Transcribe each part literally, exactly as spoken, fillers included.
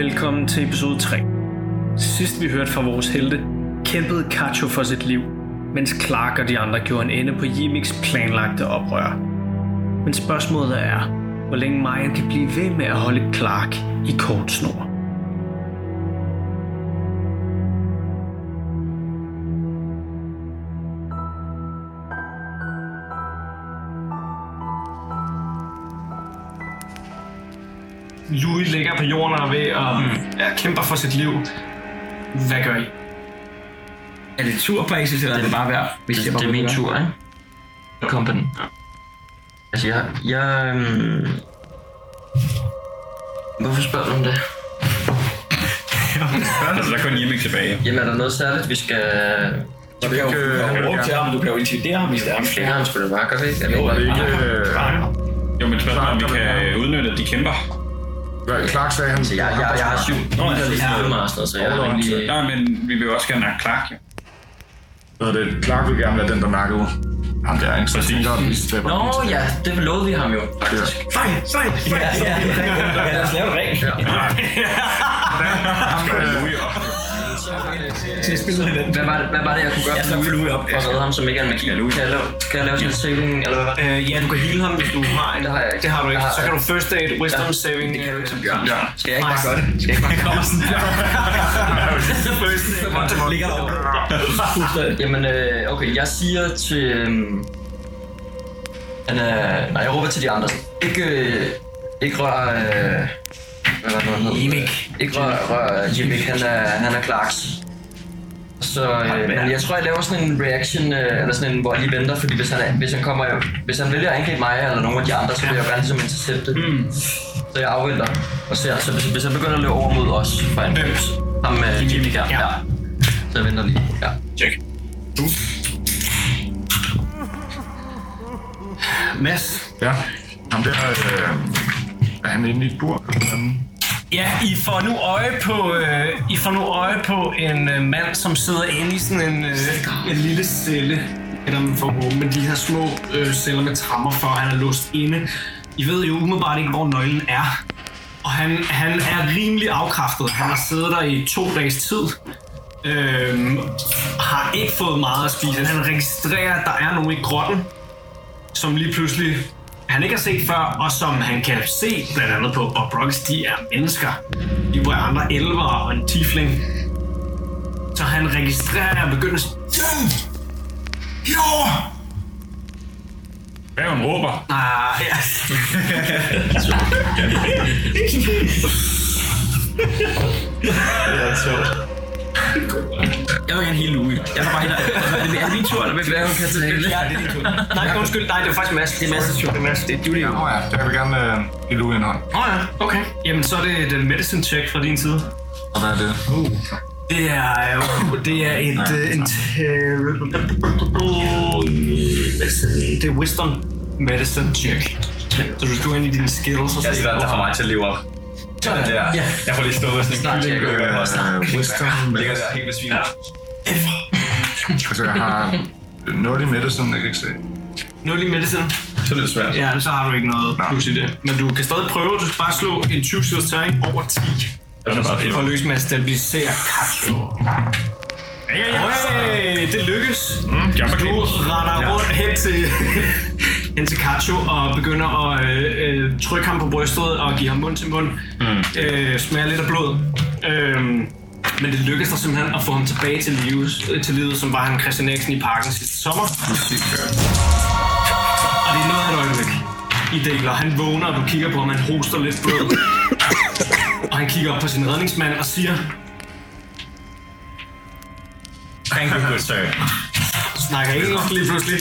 Velkommen til episode tre. Sidst vi hørte fra vores helte, kæmpede Kacho for sit liv, mens Clark og de andre gjorde en ende på Yimiks planlagte oprør. Men spørgsmålet er, hvor længe Mayan kan blive ved med at holde Clark i kort snor. Louis ligger på jorden og er ved og mm. ja, kæmper for sit liv. Hvad gør I? Er det turbasis, eller er det bare værd? Det, det, det er min tur, ikke? Company. Ja. Altså, jeg... jeg øhm... Hvorfor spørger du om det? Altså, der er kun Yimik tilbage. Jamen, er der noget særligt, vi skal... Du kan jo råbe til ham, du kan jo intimidere ham, hvis det er ham. Det har han sgu da bare, gør det ikke? Jo, det er ikke... Jo, men spørgsmålet om vi kan udnytte, at de kæmper. Clark sagde han. Altså, jeg, jeg, jeg har syv. Nå, jeg har lige stået mig og sådan noget, så jeg er egentlig... Nej, men vi vil jo også gerne have Clark, jo. Så det Clark vil gerne være den, der nakker ud. Ham der, ikke? Præcis. Nå ja, det lovede vi ham jo, faktisk. Sej, sej! Ja, ja, ja. Lad os lave en regel. Hvad var det, hvad var det jeg kunne gøre for Louis op? For at redde ham, som ikke er en magi. Kan jeg lave, kan jeg lave sådan en saving, eller hvad var det? Øh, ja, du kan heale ham, hvis du har en. Det har jeg ikke. Det har du ikke. Så kan du first aid, wisdom ja. saving. Det kan du ikke som Bjørn. Ja. Skal jeg ikke bare gøre det? Skal jeg ikke bare gøre det? Ligger der. Jamen, øh, okay, jeg siger til... Øhm, han er... Nej, jeg råber til de andre. Ikke... Øh, ikke rør... Øh, hvad var det, han hed? Yimik. Ikke rør, rør Yimik, han er, han er Clarks. Så øh, men jeg tror, jeg laver sådan en reaction, øh, eller sådan en, hvor jeg lige venter, fordi hvis han, er, hvis han kommer, hvis han vælger at angribe mig eller nogle af de andre, så vil jeg jo gerne ligesom intercepte. Mm. Så jeg afventer og ser, så hvis, hvis han begynder at løbe over mod os for en løs, ham med uh, Yimik her, ja. ja. Så jeg venter lige, ja. Check. Uh. Mads? Ja, ham der, øh, er han inde i et bur? Ja, I får nu øje på, øh, I får nu øje på en øh, mand, som sidder inde i sådan en, øh, en lille celle, eller man får rum med de her små øh, celler med trammer, for han er låst inde. I ved jo umiddelbart ikke, hvor nøglen er. Og han, han er rimelig afkræftet. Han har siddet der i to dages tid. Øh, har ikke fået meget at spise. Han registrerer, at der er nogen i grotten, som lige pludselig... han ikke har set før, og som han kan se blandt andet på Bob Rockets, de er mennesker. De er andre elver og en tiefling. Så han registrerer og begynder at sige... Jo! Hvad er hun råber? Ah, ja. Det er sjovt. Jeg vil gerne hele Louis. Jeg var bare helt... Er det, er det min tur, eller hvad hun kan tage hele? Ja, det er din tur. Nej, undskyld. Nej, det er faktisk Mads. Det er Mads' tur. Det er Mads. Det er Julie. Åh ja, det vil gerne øh, give Louis en hånd. Åh oh, ja, okay. Jamen, så er det den medicine check fra din side. Og hvad er det? Uh. Det er jo... Det er et... Nej, en det er wisdom medicine check. Så du skal gå ind i dine skills og se... Jeg skal der for mig til at leve op. Sådan der. Ja. Jeg får lige stået sådan en kylling og sådan Wisdom. ligger der helt besvimet. Altså, jeg har nul i medicine, jeg kan ikke se. nul i medicine? Så er det svært. Ja, så har du ikke noget plus i det. Men du kan stadig prøve, du skal bare slå en tyve siders terning over ti. For at løse med at stabilisere Kacho. Ja, ja, ja. Hey, det lykkes. Mm, du retter rundt hen til, hen til Kacho og begynder at øh, øh, trykke ham på brystet og give ham mund til mund. Mm. Øh, smager lidt af blod. Øh, men det lykkedes der simpelthen at få ham tilbage til livet, til livet som var han Christian Eriksen i parken sidste sommer. Og det er noget af et øjeblik. I deler. Han vågner, og du kigger på ham, han hoster lidt blod. Og han kigger op på sin redningsmand og siger... Thank you, good sir. Snakker engelsk lige pludselig.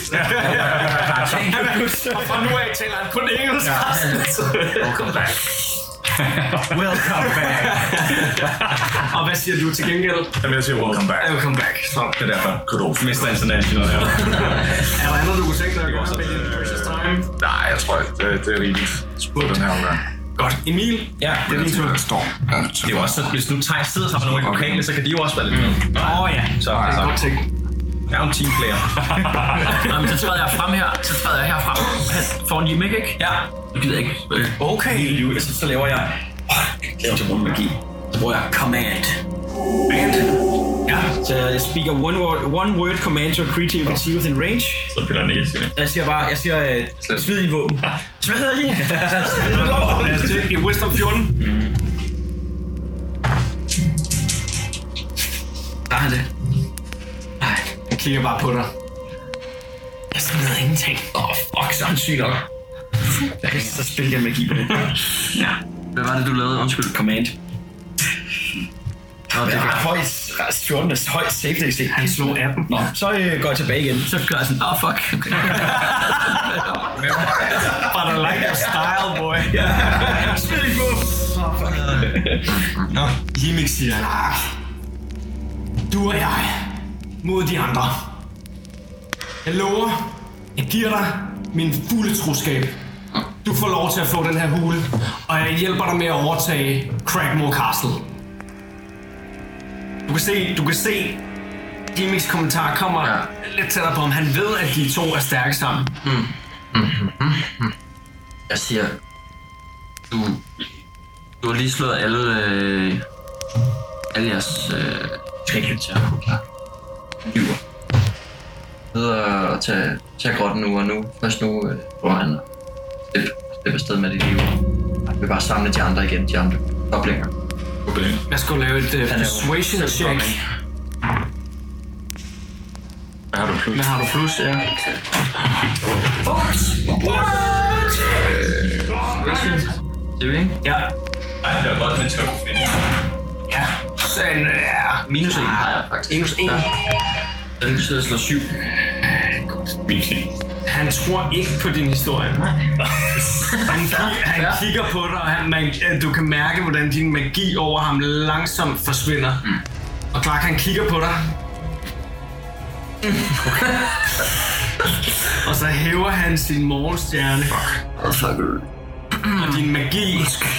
Og fra nu af taler han kun engelsk. Welcome back. Welcome back. Og hvad siger du til gengæld? Jamen, jeg siger welcome back. Welcome back. Så. Det er derfor. Good mister International her. Er der andet, du kunne tænke dig at gøre med din precious time? Nej, jeg tror ikke, det, det er rigeligt. Spurgt den her omgang. Godt. Emil? Ja, det er din tur. Storm. Ja, det er jo også, hvis nu tager sidder sammen med nogle lokale, så kan de jo også være lidt med. Åh ja. Så, det er godt tænkt. Jeg er jo en teamplayer. Nå, men så træder jeg frem her. Så træder jeg herfra. Foran Yimik, ikke? Ja. Du gider ikke. Okay. Helt liv. Så, så laver jeg... Jeg laver til rundt magi. Så bruger jeg command. Command? Ja, så jeg speaker one word, one word command to a creature you can see within range. Så bliver den ikke sige det. Jeg siger bare, jeg siger, uh, smid din våben. Smid din! Lad os tjekke i Wisdom fjorten. Mm. Der er han det. Nej, jeg kigger bare på dig. Jeg smider ingenting. Åh, oh, fuck, så er han syg nok. Jeg kan så spille den magi på det. Ja. Hvad var det, du lavede? Undskyld. Command. Nå, det jeg er har højt, fjorten er højt save D C. Han slog atten. Nå, så øh, går jeg tilbage igen. Så gør jeg sådan, åh, oh, fuck. Okay. But I like your style, boy. Ja, smid din våben. Åh, fuck. Nå, Himik siger, du og jeg mod de andre. Jeg lover, jeg giver dig min fulde troskab. Du får lov til at få den her hule, og jeg hjælper dig med at overtage Crackmore Castle. Du kan se, du kan se, Himiks kommentar kommer ja. lidt tættere på, om han ved, at de to er stærke sammen. Mm. Mm, mm, mm. Jeg siger, du, du har lige slået alle, øh, alle jeres øh, skrækkelser på klar. Lyver. Videre at tage, tage grotten nu, og nu, først nu, øh, hvor han slippe slip afsted med dit liv. Jeg vil bare samle de andre igen, de andre doblinger. Jeg skal lave et uh, persuasion check. Hvad har du plus? Hvad har du plus, ja? Det er ikke? Ja. Ej, det var godt, men skal du finde. Ja. Sådan, ja. Minus en har jeg faktisk. Minus en. Ja. Den betyder at slå syv. Minus en. Han tror ikke på din historie. Han, han kigger på dig, og han, man, du kan mærke, hvordan din magi over ham langsomt forsvinder. Mm. Og Clark, han kigger på dig. Og så hæver han sin morgenstjerne. Og din magi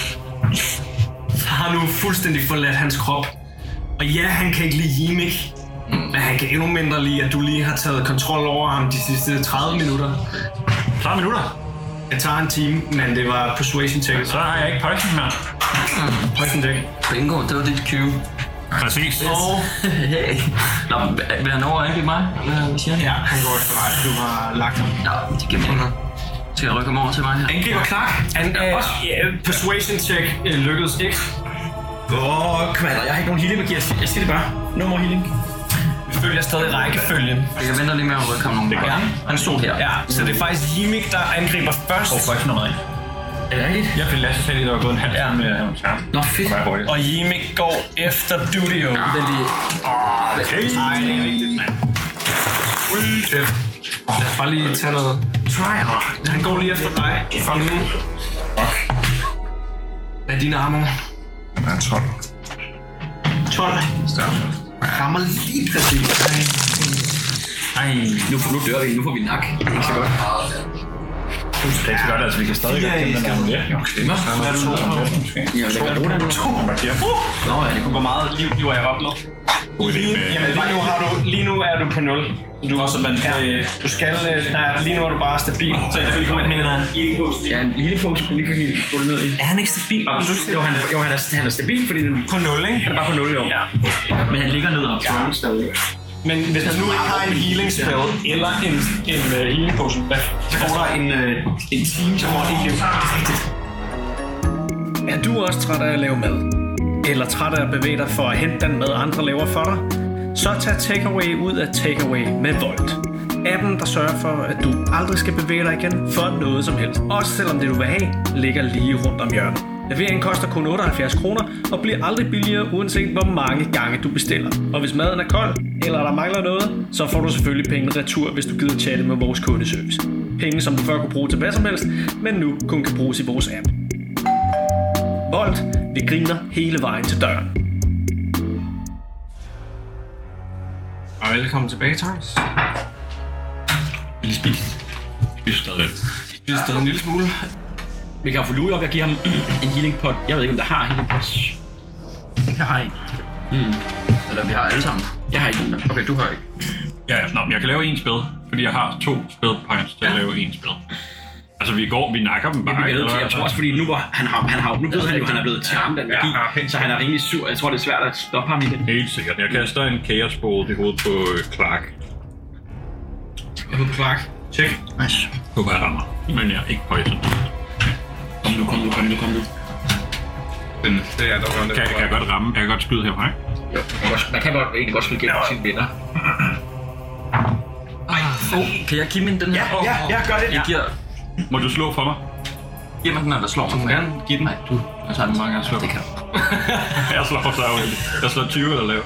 har nu fuldstændig forladt hans krop. Og ja, han kan ikke lide Himik. Men han kan endnu mindre lide, at du lige har taget kontrol over ham de sidste tredive minutter. tredive minutter? Det tager en time, men det var persuasion check. Så har jeg ikke poison mere. Mm. Poison check. Bingo, det var dit cue. Præcis. Og... hey. Nå, vil han over og angribe mig? Hvad siger han? Ja, han går efter dig. Du har lagt ham. Ja, det giver mening. Skal jeg rykke ham over til mig her? Angriber Clark. Han, øh, yeah, persuasion check øh, lykkedes ikke. Åh, oh, kvander, jeg har ikke nogen healing magi. Jeg siger det bare. No more healing. Vi følger stadig rækkefølgen. Jeg venter lige med at rykke ham nogle gange. Ja, han stod her. Ja, så det er faktisk Himik, der angriber først. Og faktisk nummer en. Er det rigtigt? Jeg fik Lasse selv, der var gået en halv time med ham. Nå, fedt. Og Himik går efter Dudio. Ja. Den lige... Åh, okay. Nej, det er vigtigt, mand. Fedt. Lad os bare lige tage noget. Try. Han går lige efter dig. Fang nu. Hvad er din armor? Ja, tolv. tolv. Rammer lige præcis. Ej, nu, nu dør vi. Nu får vi nak. Det er ikke så godt. Det er ikke så godt, altså vi kan stadig godt kæmpe den her. Ja, okay. Hvad er du to på? Ja, det kan bruge den. To? Nå, ja, det kunne Hvor meget liv du er op med? Lige, jamen, lige, nu har du, lige nu er du på nul. Du, også, man, ja, du skal... Nej, lige nu er du bare stabil. Så jeg vil komme ind med en healing post. Ja, en healing post kunne vi ikke gå ned i. Er han ikke stabil? Jo, jo, han, jo han, er, han er stabil, fordi den... På nul, ikke? Han er bare på nul, jo. Ja. Men han ligger ned og ja. Stadig. Men hvis man nu ikke har en healing spell eller en, en uh, healing potion, så får der en, uh, en team, som får helt liv. Er du også træt af at lave mad? Eller træt af at bevæge dig for at hente den mad, andre laver for dig? Så tag Takeaway ud af Takeaway med Volt. Appen, der sørger for, at du aldrig skal bevæge dig igen for noget som helst. Også selvom det du vil have, ligger lige rundt om hjørnet. Leveringen koster kun otteoghalvfjerds kroner og bliver aldrig billigere, uanset hvor mange gange du bestiller. Og hvis maden er kold, eller der mangler noget, så får du selvfølgelig penge retur, hvis du gider chatte med vores kundeservice. Penge, som du før kunne bruge til hvad som helst, men nu kun kan bruges i vores app. Volt, vi griner hele vejen til døren. Og velkommen tilbage, Thijs. Vi lige spist. Vi stadig. Vi er stadig en lille smule. Vi kan få Louis op, jeg giver ham en healing pot. Jeg ved ikke, om der har healing pot. Jeg har ikke. Mm. Eller vi har alle sammen. Jeg har ikke. Okay, du har ikke. Ja, ja. Nå, men jeg kan lave en spil, fordi jeg har to spil points til at lave en spil. Altså, vi går, vi nakker dem bare. Ja, vi eller, jeg tror også, fordi nu, hvor han har, han har, nu ved han jo, han er blevet charmet af magi, ja, så han er rimelig sur. Jeg tror, det er svært at stoppe ham i det. Helt sikkert. Jeg kaster en Chaos Bolt i hovedet på Clark. Jeg på Clark. Tjek. Nice. Håber jeg rammer. Men jeg er ikke poison. Kom nu, kom nu, kom nu, kom nu. Den, det er der kan, kan jeg godt ramme? Jeg kan godt skyde herfra, ikke? Jo, man kan godt, egentlig godt skyde gennem sine venner. Ej, oh, kan jeg give min den her? Ja, ja, ja, gør det. Jeg giver... Må du slå for mig? Giv mig den, eller slår mig. Du må gerne give den. Nej, du. Jeg tager den mange gange slå. Det kan jeg slår så jeg slår tyve eller lav.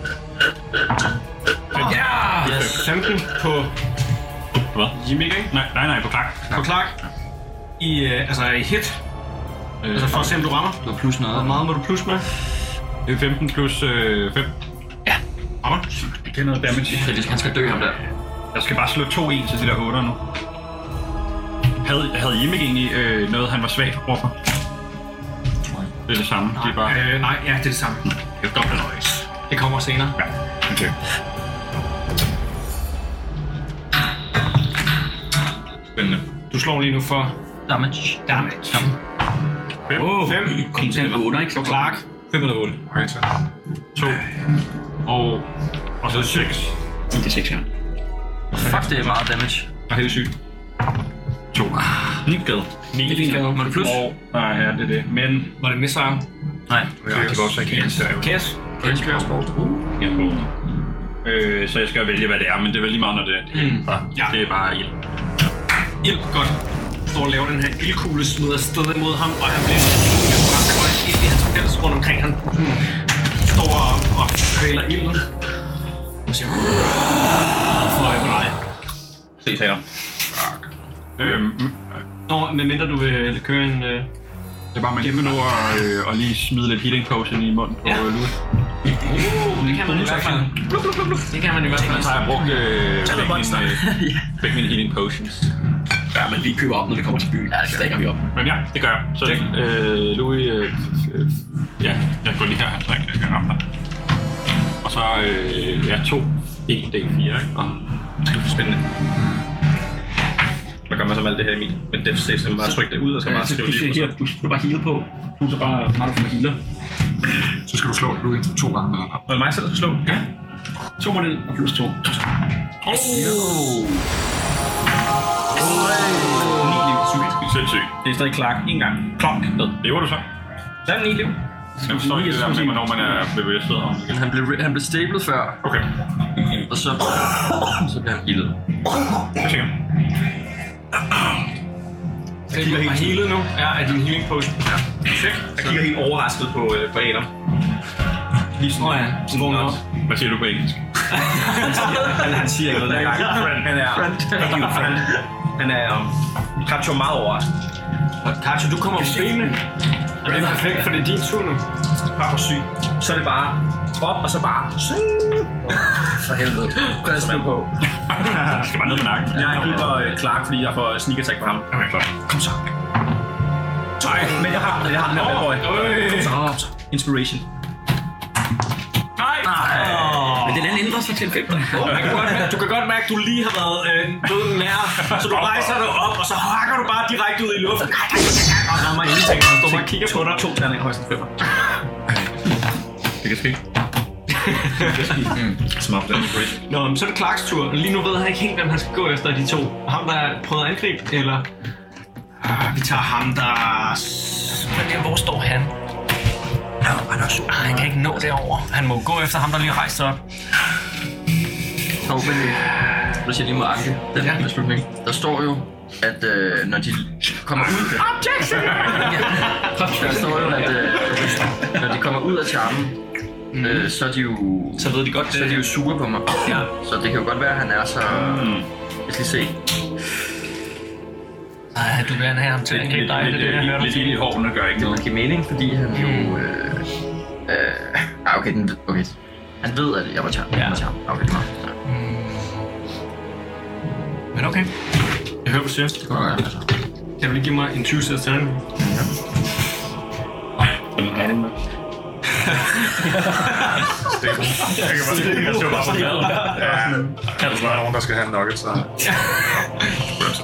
Ja! Yes. femten på... Hvad? Jimmy, ikke? Nej, nej, nej, på Clark. På Clark. I, øh, altså i hit. Øh, altså for at se, om du rammer. Du har plus noget. Hvor meget må du plus med? Det er femten plus øh, fem. Ja. Rammer. Det giver noget damage. Kritisk, han skal dø ham der. Jeg skal bare slå to en til de der otter nu. Havde, havde Jimmy egentlig øh, noget, han var svag overfor? Det er det samme. Nej, det er bare... øh, nej, ja, det er det samme. Det er dobbelt noise. Det kommer senere. Ja, okay. Spændende. Du slår lige nu for... Damage. Damage. fem. Oh, fem. Kom til otte, ikke? For Clark. fem eller otte. Okay, så. to. Og... Og så seks. Det er seks, ja. Fuck, det er meget damage. Og helt sygt. to. Ni gade. ni. Det er fint. Må du plus? Og... Nej, ja, det er det. Men... Var det missile? Nej. Ja, det var også ikke helt seriøst. Kaos. Chaos Bolt. Ja, øh, så jeg skal vælge, hvad det er, men det er vel lige meget, når det, det, Mm. bare, Ja. det er bare ild. Ild, godt. Du står og laver den her ildkugle, smider afsted imod ham, og han bliver brændt og ild i hans pels rundt omkring. Han står og, og kvæler ilden. Og siger... Fløj på dig. Se, sagde jeg. Øhm, Nå, medmindre du vil køre en... Øh... det er bare, man kan nå at, øh, at lige smide lidt healing potion i munden på Ja. Louis. Uh, det kan man i hvert fald. Det kan man i hvert fald. Så har jeg brugt øh, begge, mine, øh, begge mine healing potions. Ja, men vi køber op, når vi kommer til byen. Ja, det stakker vi op. Men ja, det gør jeg. Så øh, Louis, øh, øh, ja, jeg går lige her, så jeg kan ramme dig. Og så, øh, ja, to, en del fire, ikke? Og Det er spændende. Hvad gør man så med alt det her, Emil? Men death save, så man bare trykke det ud, og så bare skrive lige her, du skal bare heal på. Du så bare, når du får healer. Så skal du slå Louis to gange. Og det er mig selv, der skal slå? Ja. To må den, og plus to. Oh. sindssygt. Det er stadig Clark. En gang. Klok. Ned. Lever du så? Så er den ni liv. Jeg forstår ikke det der med, hvornår man er bevidsthed om det. Men han blev, han blev stablet før, Okay. og så, så blev han healet. Jeg tænker. Jeg kigger helt healet nu. Ja, er din healing potion. Ja. Check. Jeg kigger helt overrasket på, øh, på Adam. Lige sådan. Åh ja, så vågner op. Hvad siger du på engelsk? han, han siger ikke noget der gang. Han er... Friend. Friend. Han er... Um, Kacho meget overrasket. Og Kacho, du kommer på benene. Og det er perfekt, for det er din tur nu. Bare for syg. Så er det bare op, og så bare... For helvede. Pas nu på. Jeg skal bare ned med nakken. Jeg griber øh, Clark, fordi jeg får sneak attack på ham. Okay, så. Kom så. Nej, men jeg har jeg har den her bad boy. Kom så, kom så. Inspiration. Nej! Men den anden ændrer sig til en femter. Man kan godt mærke, du kan godt mærke, at du lige har været øh, døden nær, så du rejser dig op, og så hakker du bare direkte ud i luften. Og så har man ingenting, og står bare og kigger på dig. To terninger højst en femmer. Det kan ske. Smart den inspiration. Nå, men så er det Clarks tur. Lige nu ved han ikke helt, hvem han skal gå efter de to. Ham, der prøvede at angribe, eller... Ah, vi tager ham, der... Men hvor står han? Ja, han er sur. Han kan ikke nå derover. Han må gå efter ham, der lige har rejst sig op. Hov, men hvis jeg lige må anke den her beslutning. Der står jo, at øh, når de kommer ud... Objection! Der står jo, at øh, når de kommer ud af charmen, mm. øh, så er de jo... Så ved de godt, så er de jo sure på mig. Ja. Så det kan jo godt være, at han er så... Mm. Jeg skal se. Nej, du vil have ham til at angribe dig, det er det, jeg hørte. Lidt i hårene gør ikke Det noget. må give mening, fordi han jo... Øh, øh, ah, okay, den, okay. Han ved, at jeg var charm. Ja. Okay, det var. Ja. Men okay. Jeg hører, hvad du siger. Det kunne jeg gøre. Kan du lige give mig en tyve sæds terning? Jeg kan bare sige, jeg så bare på gaden. Ja, kan du spørge nogen, der skal have en nugget, så...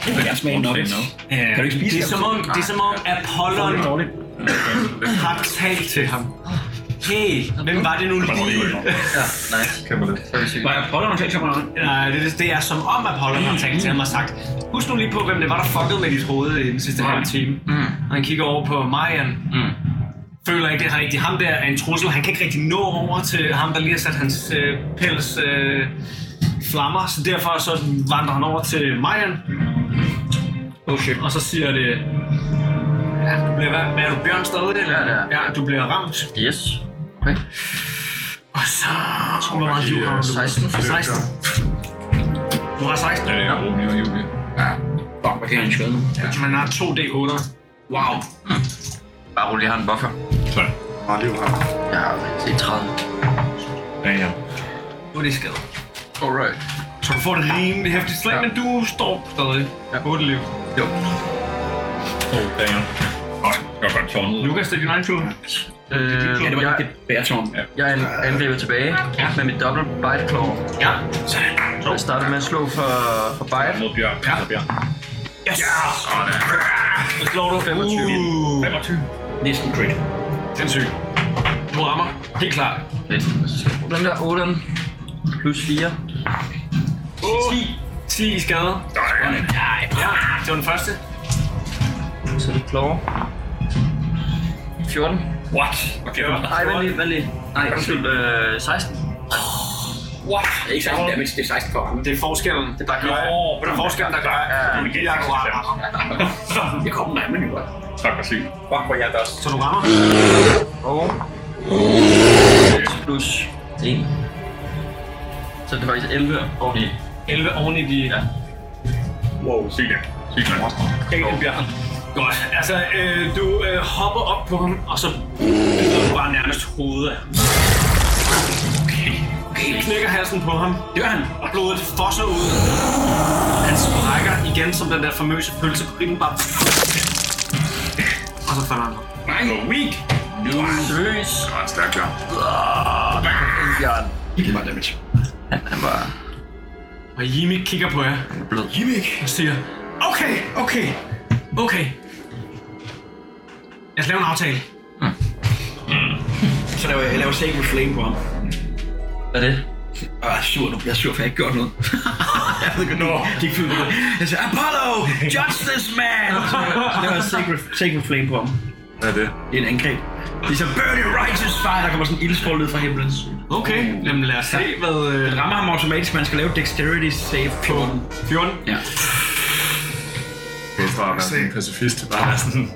Jeg kan smage nuggets. Kan du ikke spise det er som om, det er som om Apollon har talt til ham. Hey, hvem var det nu lige? Ja, nice. Kæmper lidt. Var Apollon har talt til mig? Nej, det, det er som om Apollon har talt til ham og sagt, husk nu lige på, hvem det var, der fuckede med dit hoved i den sidste halve time. Mm. Og han kigger over på Marian. Mm. Føler ikke, det er rigtigt. Ham der er en trussel. Han kan ikke rigtig nå over til ham, der lige har sat hans øh, pels øh, flammer. Så derfor så vandrer han over til Marian. Oh shit. Og så siger det... Ja, du bliver, hvad, hvad er du, Bjørn stadig? Eller? Ja, det er. Ja, du bliver ramt. Yes. Okay. Og så... Hvor meget du har du? seksten. seksten. Du har seksten? Ja, det er Romeo og Julie. Ja. Fuck, hvad kan han skade nu? Ja. Man har to D otte. Wow. Mm. Bare rolig, jeg har en buffer. Så. Meget liv her. Jeg har set tredive. Ja, ja. Nu er det skadet. Alright. Så du får det rimelig hæftigt slag, ja. Men du står stadig. Ja. otte liv. Jo. Åh, damn. Øj, jeg var godt tårnet. Lukas, det er din egen tur. Øh, Ja, det var jeg, ikke det bærtårn. jeg er angrebet tilbage Ja. med mit double bite claw. Ja. Så jeg starter med at slå for, for bite. Mod Bjørn. Ja. Ja. Bjørn. Yes! Sådan. Så slår du femogtyve. Uh, femogtyve. Næsten crit. Sindssygt. Du rammer. Helt klart. Lidt. Så skal jeg bruge den der otte plus fire. ti. ti i skade. Ja, ja, det var den første. Så er det claw. fjorten. What? Okay. Nej, vent lige, vent lige. Nej, undskyld, øh, seksten. What? Det er ikke seksten damage, det er seksten for ham. Det er forskellen, der gør. Det er forskellen, der gør. Ja. Jeg akkurat. Det kommer mig, men jo godt. Tak for syg. Fuck, hvor jeg dust. Så du rammer? Og plus en. Så det er faktisk elleve og i. elleve oven i de... Ja. Wow, syg det. Syg det. Ikke Bjørn. Godt. Altså, øh, du øh, hopper op på ham, og så øh, bare nærmest hovedet af ham. Okay. Okay. Knækker halsen på ham. Dør han? Og blodet fosser ud. Han sprækker igen som den der famøse pølse på grillen bare. Og så falder han op. Nej, weak. Seriøs. Åh, en stærk Bjørn. Bjørn. Ikke meget damage. Han er bare Og Jimmy kigger på jer blød. Jimmy! og siger, okay, okay, okay. Jeg skal lave en aftale. Så laver jeg, jeg laver Sacred Flame på ham. Hvad er det? Og jeg er sur nu. Jeg er sur, for jeg har ikke gjort noget. Jeg ved ikke, no. De ikke følte det. Jeg siger, Apollo! Justice, man! Så laver jeg Sacred, Sacred Flame på ham. Hvad er det? Det er en angreb. Ligesom Burn Your Righteous Fire, der kommer sådan en ildskål ned fra himlen. Okay, jamen lad os se, hvad... Øh... Den rammer ham automatisk, man skal lave Dexterity Save fjorten. fjorten? Ja. Det er fra at være sådan en pacifist til bare at være sådan...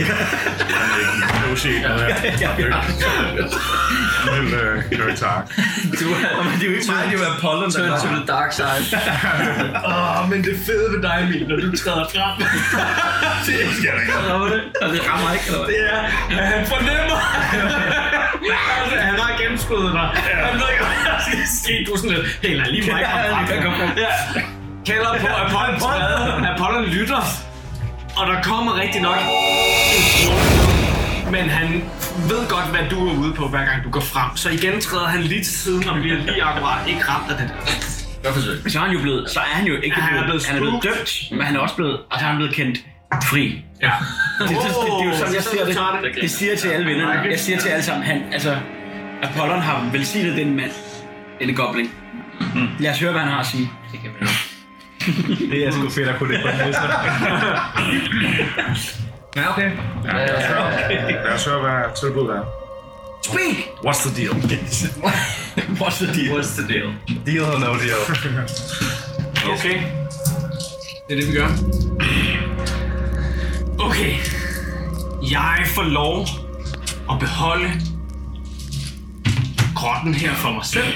No shit. Jeg vil køre tak. Det er jo ikke mig, det er jo Apollon, der Turn to gør the dark side. Åh, men det fede ved dig, Emil, når du træder frem. Det sker der ikke. Og det rammer ikke, eller hvad? Det er, at han fornemmer. Altså, han har gennemskuddet dig. Han ved ikke, hvad der skal ske. Du er sådan lidt, hey, lad lige mig komme frem. Ja. Kalder på Apollon træde. Apollon lytter. Og der kommer rigtig nok en flot, men han ved godt, hvad du er ude på, hver gang du går frem. Så igen træder han lige til siden og bliver lige akkurat ikke ramt af det der. Godt forsøg. Men så er han jo blevet, så er han jo ikke Ja, han er blevet, blevet han er blevet dømt, men han er også blevet, og så er han blevet kendt fri. Ja. Det, det, det, det, er jo sådan, jeg Så siger du tager det. det. Det siger jeg til alle vennerne. Jeg siger til alle sammen, han, altså, Apollon har velsignet den mand, denne gobling. Lad os høre, hvad han har at sige. Det er sgu fedt at kunne det på den liste. Ja, okay. Ja, lad os høre. Lad os høre, hvad tilbuddet er. Speak! What's the deal? What's the deal? What's the deal? Deal or no deal? Okay. Det er det, vi gør. Okay. Jeg får lov at beholde grotten her for mig selv.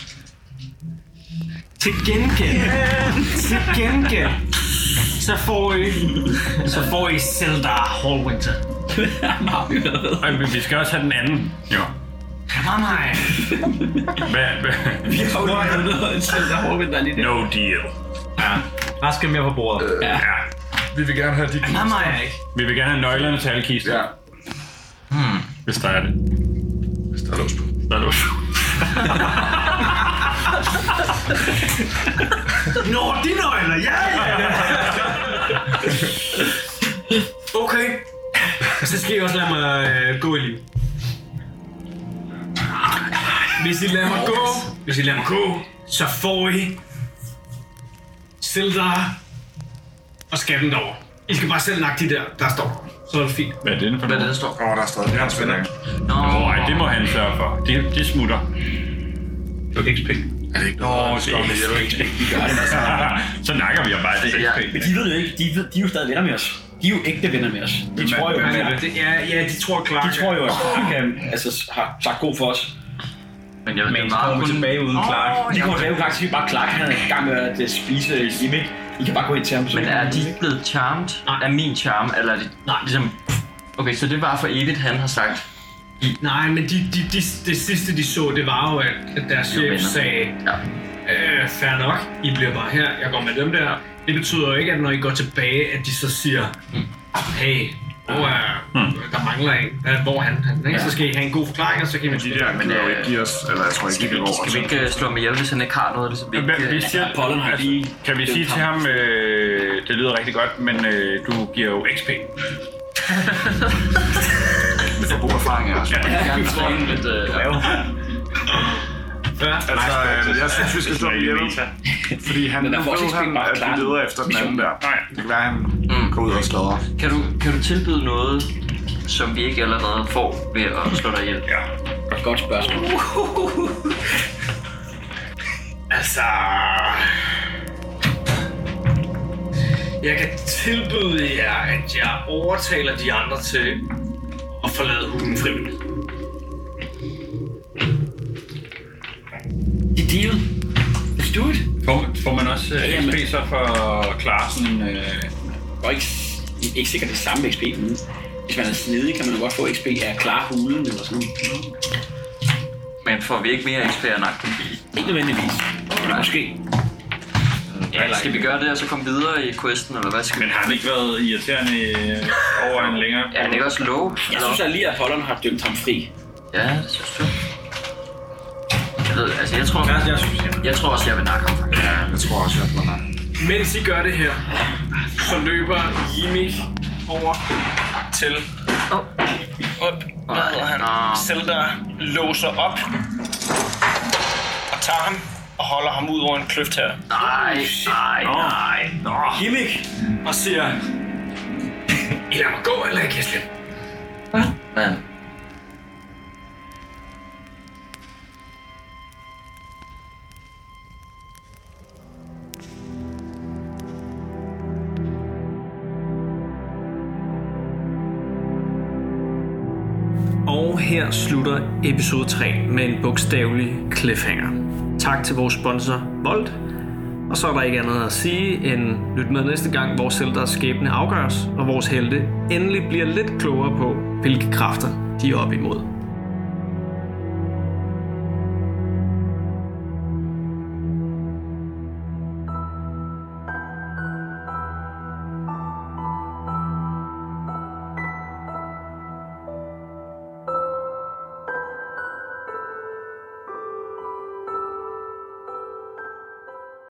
Til gengæld, til gengæld, så får I, så får I Zeldar Hallwinter. Ej, men vi skal også have den anden. Jo. Kom mig. Hvad? hvad? Vi har jo lige noget, så der håber vi, der er lige det. No deal. Ja. Der skal mere på bordet. Ja. Vi vil gerne have de Kom mig ikke. Vi vil gerne have nøglerne til alle kister. Ja. Hmm. Hvis der er det. Hvis der er lås på. Der er lås. Nå, de nøgler, ja, ja. så skal I også lade mig øh, gå i liv. Hvis I lader mig gå, hvis I lader mig gå, så får I Sildar og skatten derovre. I skal bare selv nakke de der, der står. Så er det fint. Hvad er det for Hvad er det, noget? der står? Åh, oh, der er stadig. Det er hans venner. Nå, Nej, det må han sørge for. Det, det smutter. Det var X P. Er det ikke Åh, noget? det er ikke De gør det, altså. Så nakker vi jo bare det Ja. X P. Men de ved jo ikke, de, ved, de er jo stadig venner med os. De er jo ægte venner med os. De tror jo, Ja, at det, ja, ja, de tror klart. de tror jo, at Clark um, altså, har sagt god for os. men jeg Men det så er meget kommer vi kun... tilbage uden Clark. De kommer tilbage, Clark siger bare, Clark han er i gang med at spise Jimmy. I kan bare gå ind til ham. Men er de blevet charmed af min charm, eller er det nej, ligesom... Okay, så det var for evigt, han har sagt. Nej, men de, de, de, det sidste de så, det var jo, at, at deres chef venner. sagde, Ja. øh, fair nok, I bliver bare her, jeg går med dem der. Det betyder jo ikke, at når I går tilbage, at de så siger, hey, hvor er, der mangler en, Hvad- hvor er han? han ikke? Så skal I have en god forklaring, og så kan I De der kan jo ikke give os, eller jeg tror ikke, de kan gå over. Skal vi ikke øh, slå ham ihjel, hvis han ikke har noget? Ligesom vi Men ikke, vi øh, siger, Pollen har lige... kan vi sige til ham, øh, det lyder rigtig godt, men øh, du giver jo X P. Vi får god erfaring af os. jeg vil gerne træne lidt... Øh, Fair. Altså, øh, jeg synes, vi skal slå ham ihjel. Fordi han Men der nu får også ved ikke han, bare at klart vi leder efter den anden der. Det kan være, at han går ud og sladrer. kan, du, kan du tilbyde noget, som vi ikke allerede får ved at slå dig ihjel? Ja. Godt spørgsmål. Altså... Jeg kan tilbyde jer, at jeg overtaler de andre til at forlade hulen frivilligt. Det er deal. Let's do it. Får, får man også Ja, øh, men- X P så for at klare sådan en... Øh, Og ikke, ikke sikkert det samme X P, men hvis man er snedig, kan man jo godt få X P af at klare hulen eller sådan noget. Men får vi ikke mere X P af nakken? Ikke nødvendigvis. Men måske. Ja, skal vi gøre det, og så komme videre i questen, eller hvad skal vi? men har han ikke været irriterende øh, over en længere... Ja, han ikke også lov? Jeg synes at lige, at Pollon har dømt ham fri. Ja, det synes du. Jeg ved, altså jeg tror... Jeg, jeg synes, jeg. Jeg tror også, jeg vil nakke ham, faktisk. Ja, jeg tror også, jeg får nok. Mens I gør det her, så løber Jimmy over til... Op. Hvad hedder han? Sildar låser op og tager ham og holder ham ud over en kløft her. Nej, nej, nej. Nå. Gimmick og siger, I lader mig gå, eller ikke, Jeslen? Ja. Og her slutter episode tre med en bogstavelig cliffhanger. Tak til vores sponsor Volt. Og så er der ikke andet at sige end lyt med næste gang, hvor Sildars skæbne afgøres, og vores helte endelig bliver lidt klogere på, hvilke kræfter de er op imod.